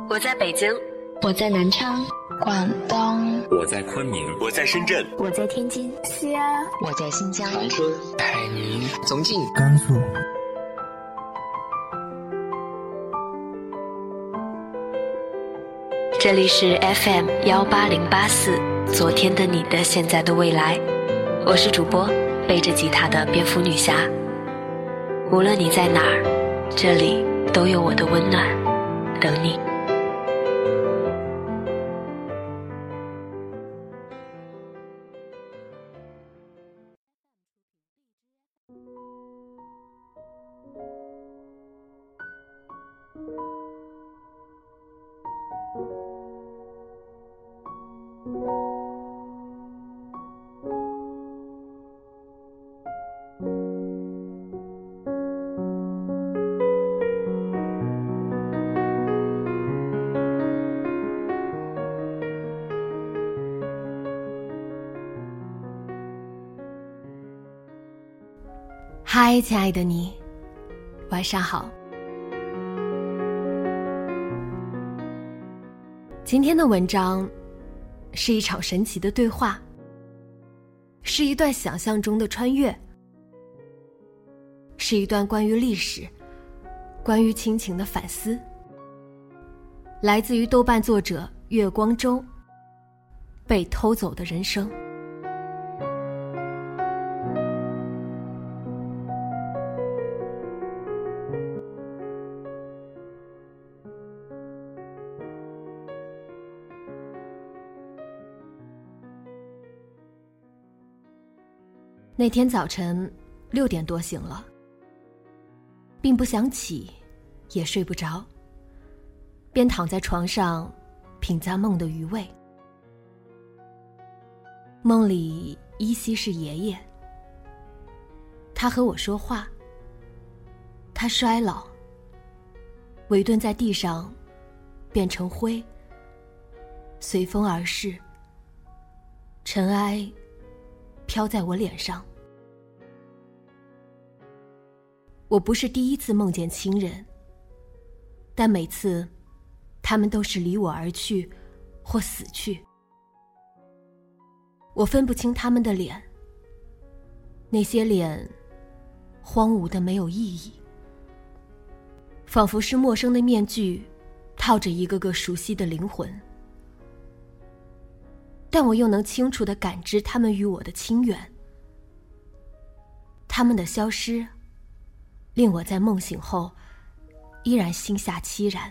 我在北京， 我在南昌， 广东， 我在昆明， 我在深圳， 我在天津， 西安， 我在新疆， 长春， 海宁，重庆， 甘肃。 这里是 FM18084，昨天的你的现在的未来，我是主播背着吉他的蝙蝠女侠。无论你在哪儿，这里都有我的温暖等你。 嗨，亲爱的你，晚上好。今天的文章是一场神奇的对话，是一段想象中的穿越，是一段关于历史、关于亲情的反思，来自于豆瓣作者月光舟，被偷走的人生。那天早晨6点多醒了，并不想起，也睡不着，便躺在床上品咂梦的余味。梦里依稀是爷爷，他和我说话，他衰老，围蹲在地上变成灰，随风而逝，尘埃飘在我脸上。我不是第一次梦见亲人，但每次他们都是离我而去或死去。我分不清他们的脸，那些脸荒芜的没有意义，仿佛是陌生的面具套着一个个熟悉的灵魂，但我又能清楚地感知他们与我的亲远。他们的消失令我在梦醒后依然心下凄然。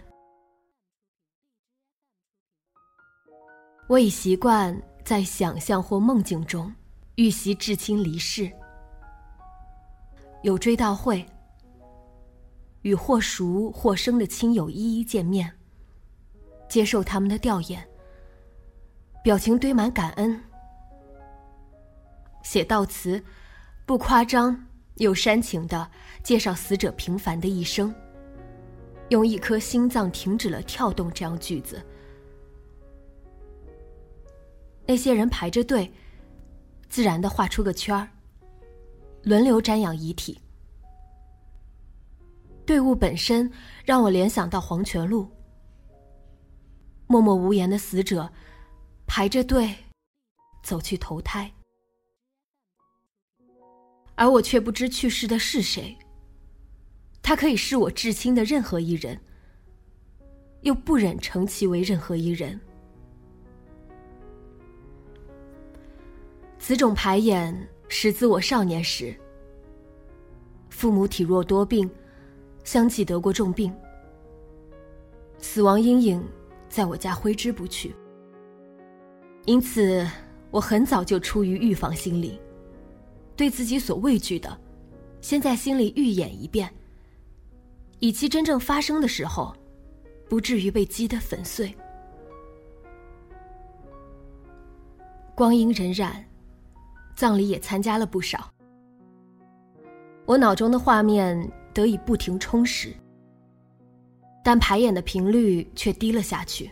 我已习惯在想象或梦境中预习至亲离世，有追悼会，与或熟或生的亲友一一见面，接受他们的吊唁，表情堆满感恩，写悼词，不夸张又煽情地介绍死者平凡的一生，用一颗心脏停止了跳动这样句子。那些人排着队，自然地画出个圈儿，轮流瞻仰遗体。队伍本身让我联想到黄泉路，默默无言的死者排着队走去投胎，而我却不知去世的是谁。他可以是我至亲的任何一人，又不忍称其为任何一人。此种排演始自我少年时，父母体弱多病，相继得过重病，死亡阴影在我家挥之不去。因此我很早就出于预防心理，对自己所畏惧的先在心里预演一遍，以其真正发生的时候不至于被击得粉碎。光阴荏苒，葬礼也参加了不少，我脑中的画面得以不停充实，但排演的频率却低了下去，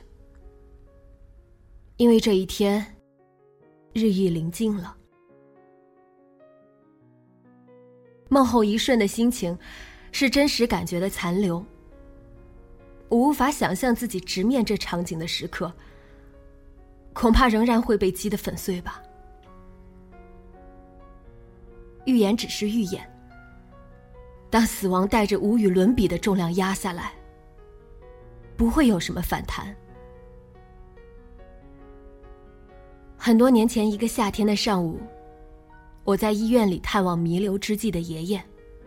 因为这一天日益临近了。梦后一瞬的心情是真实感觉的残留， 我无法想象自己直面这场景的时刻，恐怕仍然会被击得粉碎吧。预言只是预言，当死亡带着无与伦比的重量压下来，不会有什么反弹。很多年前一个夏天的上午，我在医院里探望弥留之际的爷爷。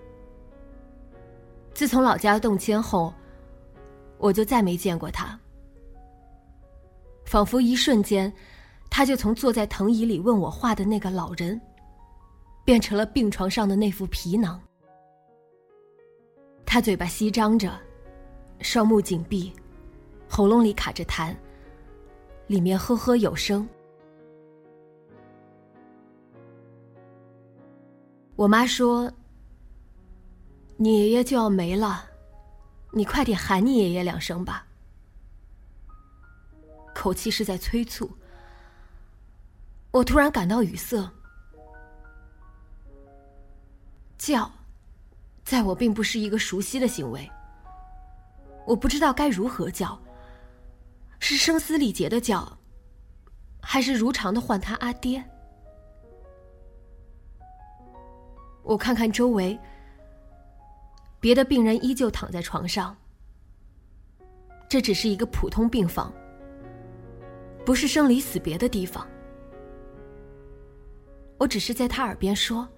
自从老家动迁后，我就再没见过他。仿佛一瞬间，他就从坐在藤椅里问我话的那个老人，变成了病床上的那副皮囊。他嘴巴翕张着，双目紧闭，喉咙里卡着痰，里面呵呵有声。我妈说，你爷爷就要没了，你快点喊你爷爷2声吧。口气是在催促。我突然感到语塞。叫，在我并不是一个熟悉的行为，我不知道该如何叫，是声嘶力竭的叫，还是如常的唤他阿爹。我看看周围，别的病人依旧躺在床上。这只是一个普通病房，不是生离死别的地方。我只是在他耳边说，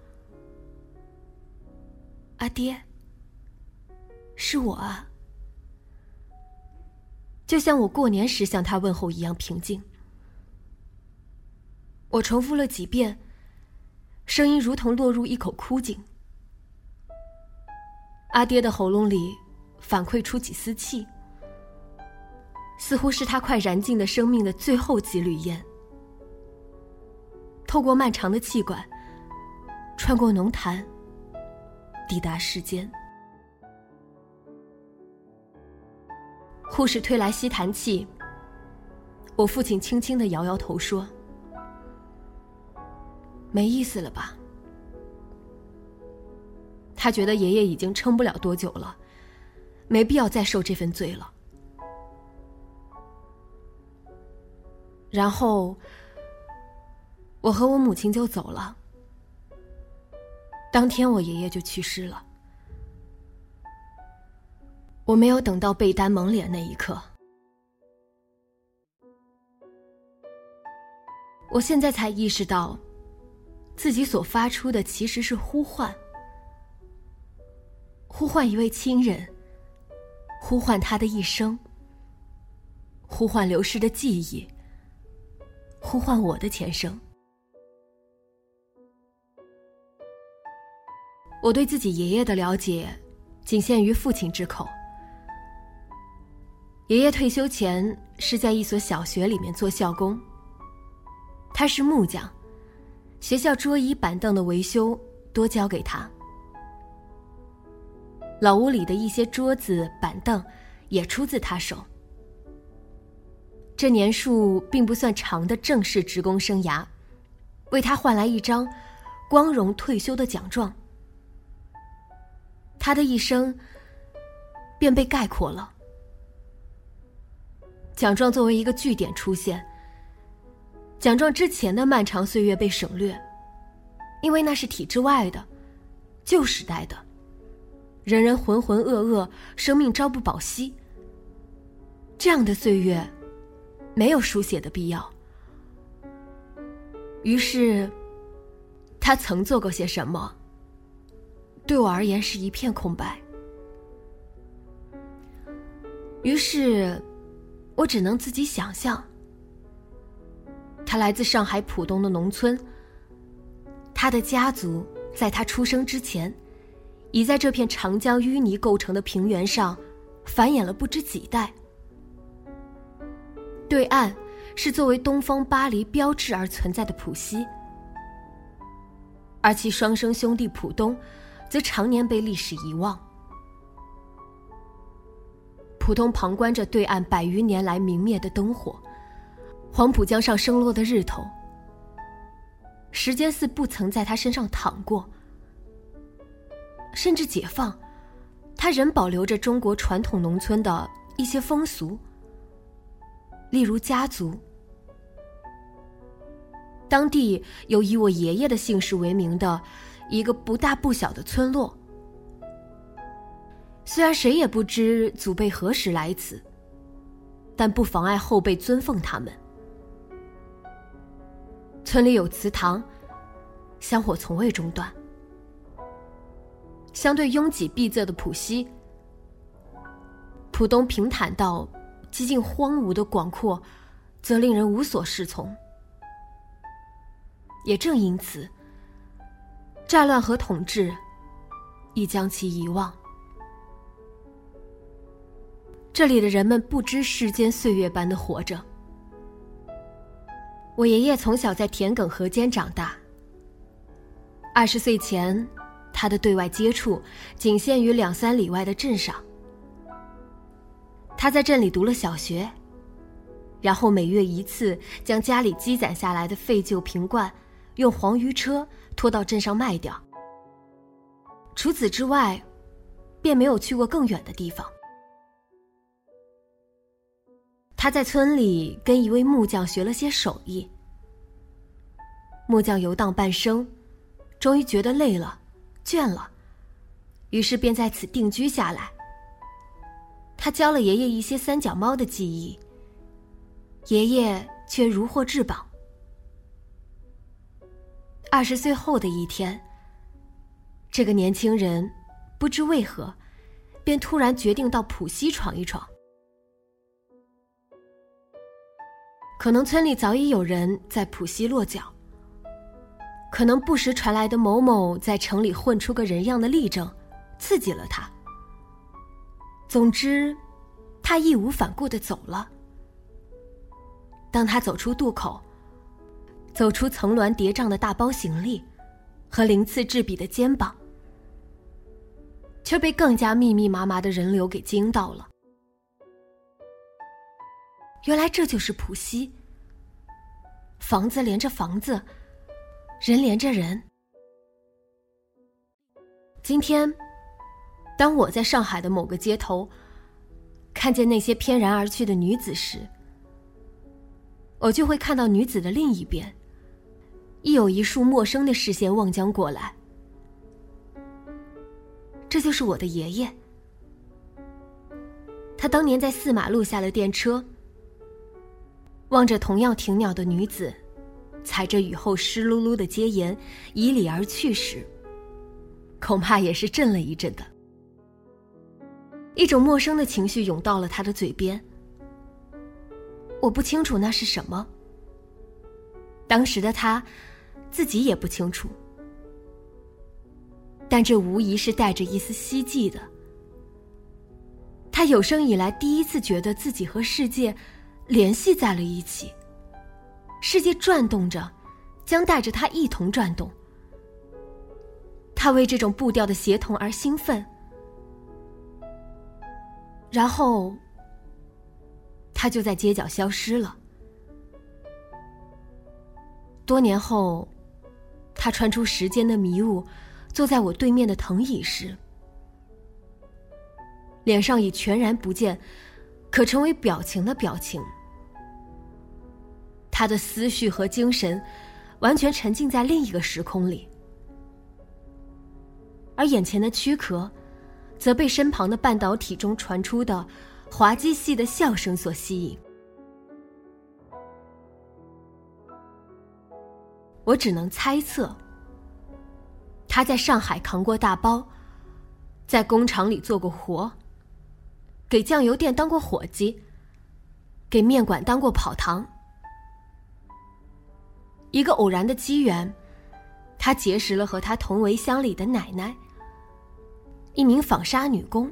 阿爹，是我啊。就像我过年时向他问候一样平静。我重复了几遍，声音如同落入一口枯井。阿爹的喉咙里反馈出几丝气，似乎是他快燃尽的生命的最后几缕烟。透过漫长的气管，穿过浓痰，抵达世间。护士推来吸痰器，我父亲轻轻地摇摇头说，没意思了吧。他觉得爷爷已经撑不了多久了，没必要再受这份罪了。然后我和我母亲就走了。当天我爷爷就去世了。我没有等到被单蒙脸那一刻。我现在才意识到，自己所发出的其实是呼唤，呼唤一位亲人，呼唤他的一生，呼唤流逝的记忆，呼唤我的前生。我对自己爷爷的了解仅限于父亲之口。爷爷退休前是在一所小学里面做校工，他是木匠，学校桌椅板凳的维修多交给他。老屋里的一些桌子板凳也出自他手。这年数并不算长的正式职工生涯，为他换来一张光荣退休的奖状。他的一生便被概括了。奖状作为一个句点出现，奖状之前的漫长岁月被省略，因为那是体制外的，旧时代的，人人浑浑噩噩，生命朝不保夕。这样的岁月没有书写的必要。于是他曾做过些什么，对我而言是一片空白。于是我只能自己想象，他来自上海浦东的农村，他的家族在他出生之前已在这片长江淤泥构成的平原上繁衍了不知几代。对岸是作为东方巴黎标志而存在的浦西，而其双生兄弟浦东则常年被历史遗忘。浦东旁观着对岸100余年来明灭的灯火，黄浦江上升落的日头，时间似不曾在他身上淌过。甚至解放，他仍保留着中国传统农村的一些风俗，例如家族。当地有以我爷爷的姓氏为名的一个不大不小的村落，虽然谁也不知祖辈何时来此，但不妨碍后辈尊奉他们。村里有祠堂，香火从未中断。相对拥挤闭塞的浦西，浦东平坦到几近荒芜的广阔，则令人无所适从。也正因此，战乱和统治已将其遗忘。这里的人们不知世间岁月般的活着。我爷爷从小在田埂河间长大，20岁前，他的对外接触仅限于2-3里外的镇上。他在镇里读了小学，然后每月一次将家里积攒下来的废旧瓶罐用黄鱼车拖到镇上卖掉。除此之外，便没有去过更远的地方。他在村里跟一位木匠学了些手艺。木匠游荡半生，终于觉得累了倦了，于是便在此定居下来。他教了爷爷一些三脚猫的技艺，爷爷却如获至宝。20岁后的一天，这个年轻人不知为何便突然决定到浦西闯一闯。可能村里早已有人在浦西落脚，可能不时传来的某某在城里混出个人样的例证刺激了他。总之，他义无反顾地走了。当他走出渡口，走出层峦叠嶂的大包行李和鳞次栉比的肩膀，却被更加密密麻麻的人流给惊到了。原来这就是浦西，房子连着房子，人连着人。今天，当我在上海的某个街头看见那些翩然而去的女子时，我就会看到女子的另一边，亦有一束陌生的视线望将过来。这就是我的爷爷。他当年在4马路下了电车，望着同样停袅的女子踩着雨后湿漉漉的街沿以礼而去时，恐怕也是震了一震的。一种陌生的情绪涌到了他的嘴边，我不清楚那是什么，当时的他自己也不清楚，但这无疑是带着一丝希冀的。他有生以来第一次觉得自己和世界联系在了一起，世界转动着，将带着他一同转动。他为这种步调的协同而兴奋，然后他就在街角消失了。多年后，他穿出时间的迷雾，坐在我对面的藤椅时，脸上已全然不见可成为表情的表情。他的思绪和精神完全沉浸在另一个时空里，而眼前的躯壳则被身旁的半导体中传出的滑稽戏的笑声所吸引。我只能猜测，他在上海扛过大包，在工厂里做过活，给酱油店当过伙计，给面馆当过跑堂。一个偶然的机缘，他结识了和他同为乡里的奶奶，一名纺纱女工。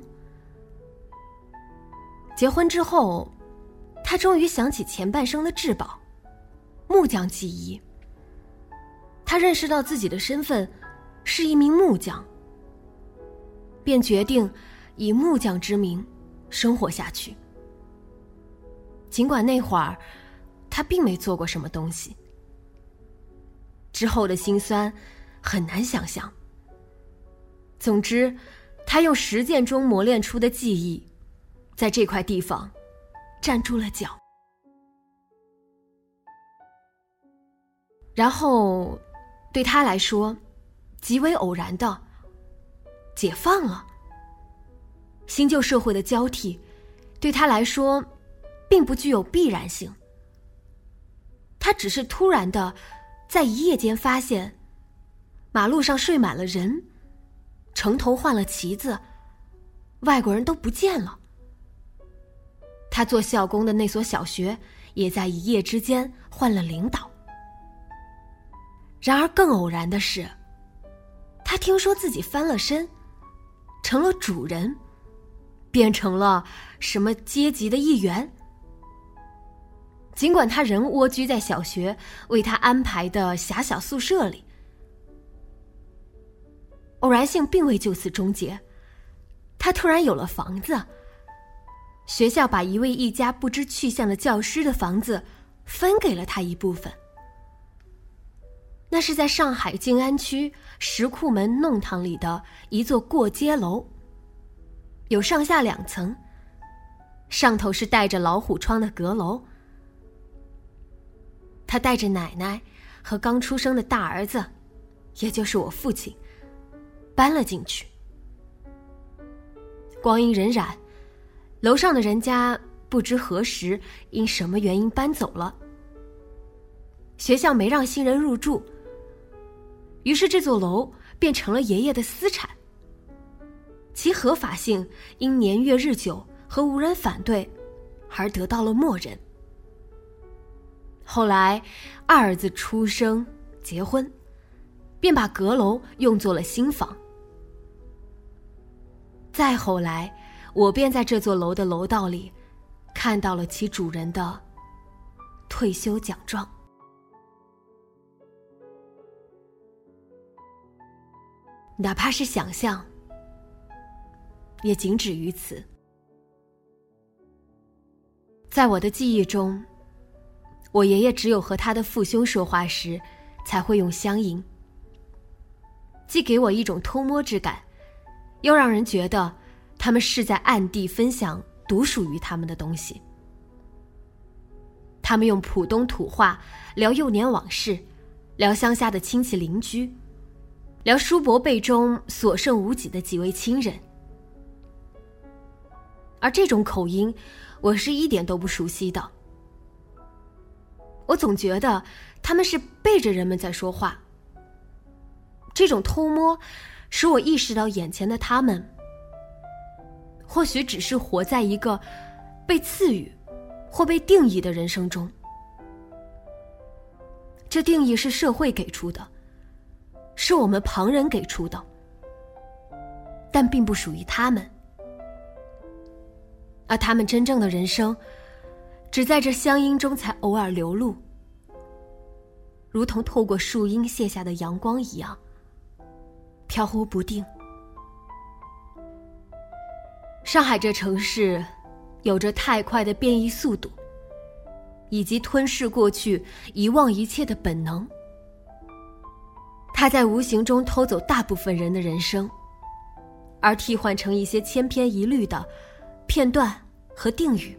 结婚之后，他终于想起前半生的至宝——木匠技艺。他认识到自己的身份是一名木匠，便决定以木匠之名生活下去。尽管那会儿他并没做过什么东西，之后的辛酸很难想象。总之，他用实践中磨练出的技艺在这块地方站住了脚。然后对他来说极为偶然的解放了。新旧社会的交替对他来说并不具有必然性，他只是突然的在一夜间发现马路上睡满了人，城头换了旗子，外国人都不见了。他做校工的那所小学也在一夜之间换了领导。然而更偶然的是，他听说自己翻了身，成了主人，变成了什么阶级的一员。尽管他仍蜗居在小学为他安排的狭小宿舍里，偶然性并未就此终结，他突然有了房子。学校把一位一家不知去向的教师的房子分给了他一部分，那是在上海静安区石库门弄堂里的一座过街楼，有上下2层，上头是带着老虎窗的阁楼。他带着奶奶和刚出生的大儿子，也就是我父亲，搬了进去。光阴荏苒，楼上的人家不知何时因什么原因搬走了，学校没让新人入住，于是这座楼变成了爷爷的私产，其合法性因年月日久和无人反对而得到了默认。后来二儿子出生结婚，便把阁楼用作了新房。再后来，我便在这座楼的楼道里看到了其主人的退休奖状。哪怕是想象，也仅止于此。在我的记忆中，我爷爷只有和他的父兄说话时才会用乡音，既给我一种偷摸之感，又让人觉得他们是在暗地分享独属于他们的东西。他们用浦东土话聊幼年往事，聊乡下的亲戚邻居，聊叔伯辈中所剩无几的几位亲人。而这种口音我是一点都不熟悉的，我总觉得他们是背着人们在说话。这种偷摸使我意识到眼前的他们或许只是活在一个被赐予或被定义的人生中，这定义是社会给出的，是我们旁人给出的，但并不属于他们。而他们真正的人生只在这乡音中才偶尔流露，如同透过树荫泻下的阳光一样飘忽不定。上海这城市有着太快的变异速度，以及吞噬过去遗忘一切的本能。它在无形中偷走大部分人的人生，而替换成一些千篇一律的片段和定语。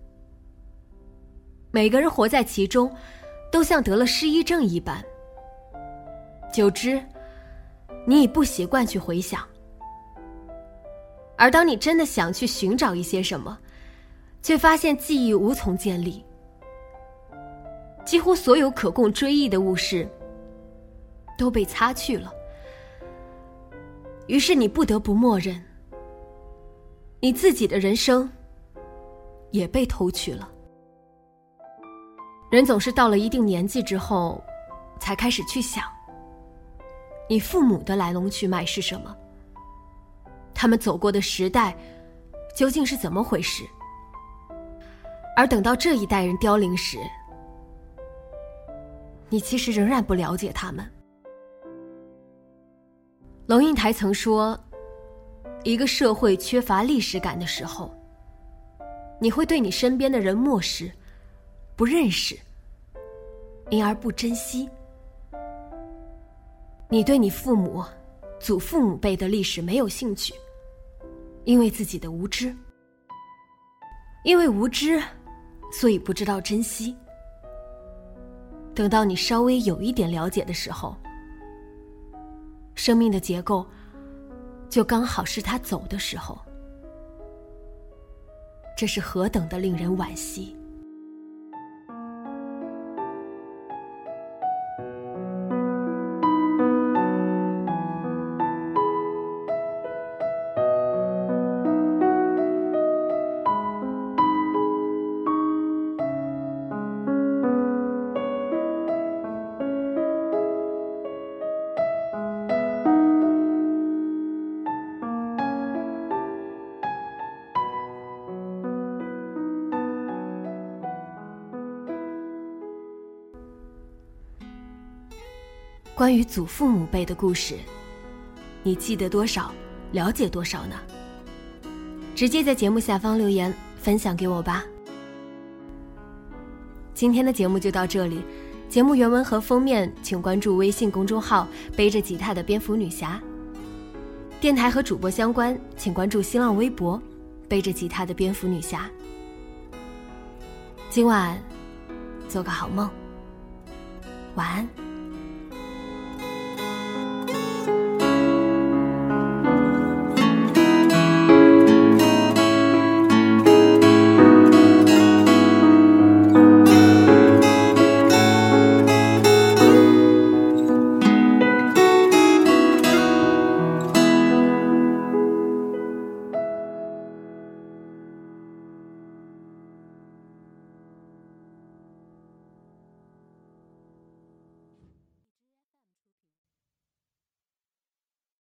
每个人活在其中都像得了失忆症一般，久之你已不习惯去回想，而当你真的想去寻找一些什么，却发现记忆无从建立，几乎所有可供追忆的物事都被擦去了。于是你不得不默认，你自己的人生也被偷去了。人总是到了一定年纪之后才开始去想你父母的来龙去脉是什么，他们走过的时代究竟是怎么回事。而等到这一代人凋零时，你其实仍然不了解他们。龙应台曾说，一个社会缺乏历史感的时候，你会对你身边的人漠视、不认识，因而不珍惜。你对你父母、祖父母辈的历史没有兴趣，因为自己的无知。 因为无知，所以不知道珍惜。等到你稍微有一点了解的时候，生命的结构就刚好是他走的时候。这是何等的令人惋惜。关于祖父母辈的故事，你记得多少，了解多少呢？直接在节目下方留言分享给我吧。今天的节目就到这里，节目原文和封面请关注微信公众号背着吉他的蝙蝠女侠，电台和主播相关请关注新浪微博背着吉他的蝙蝠女侠。今晚做个好梦，晚安。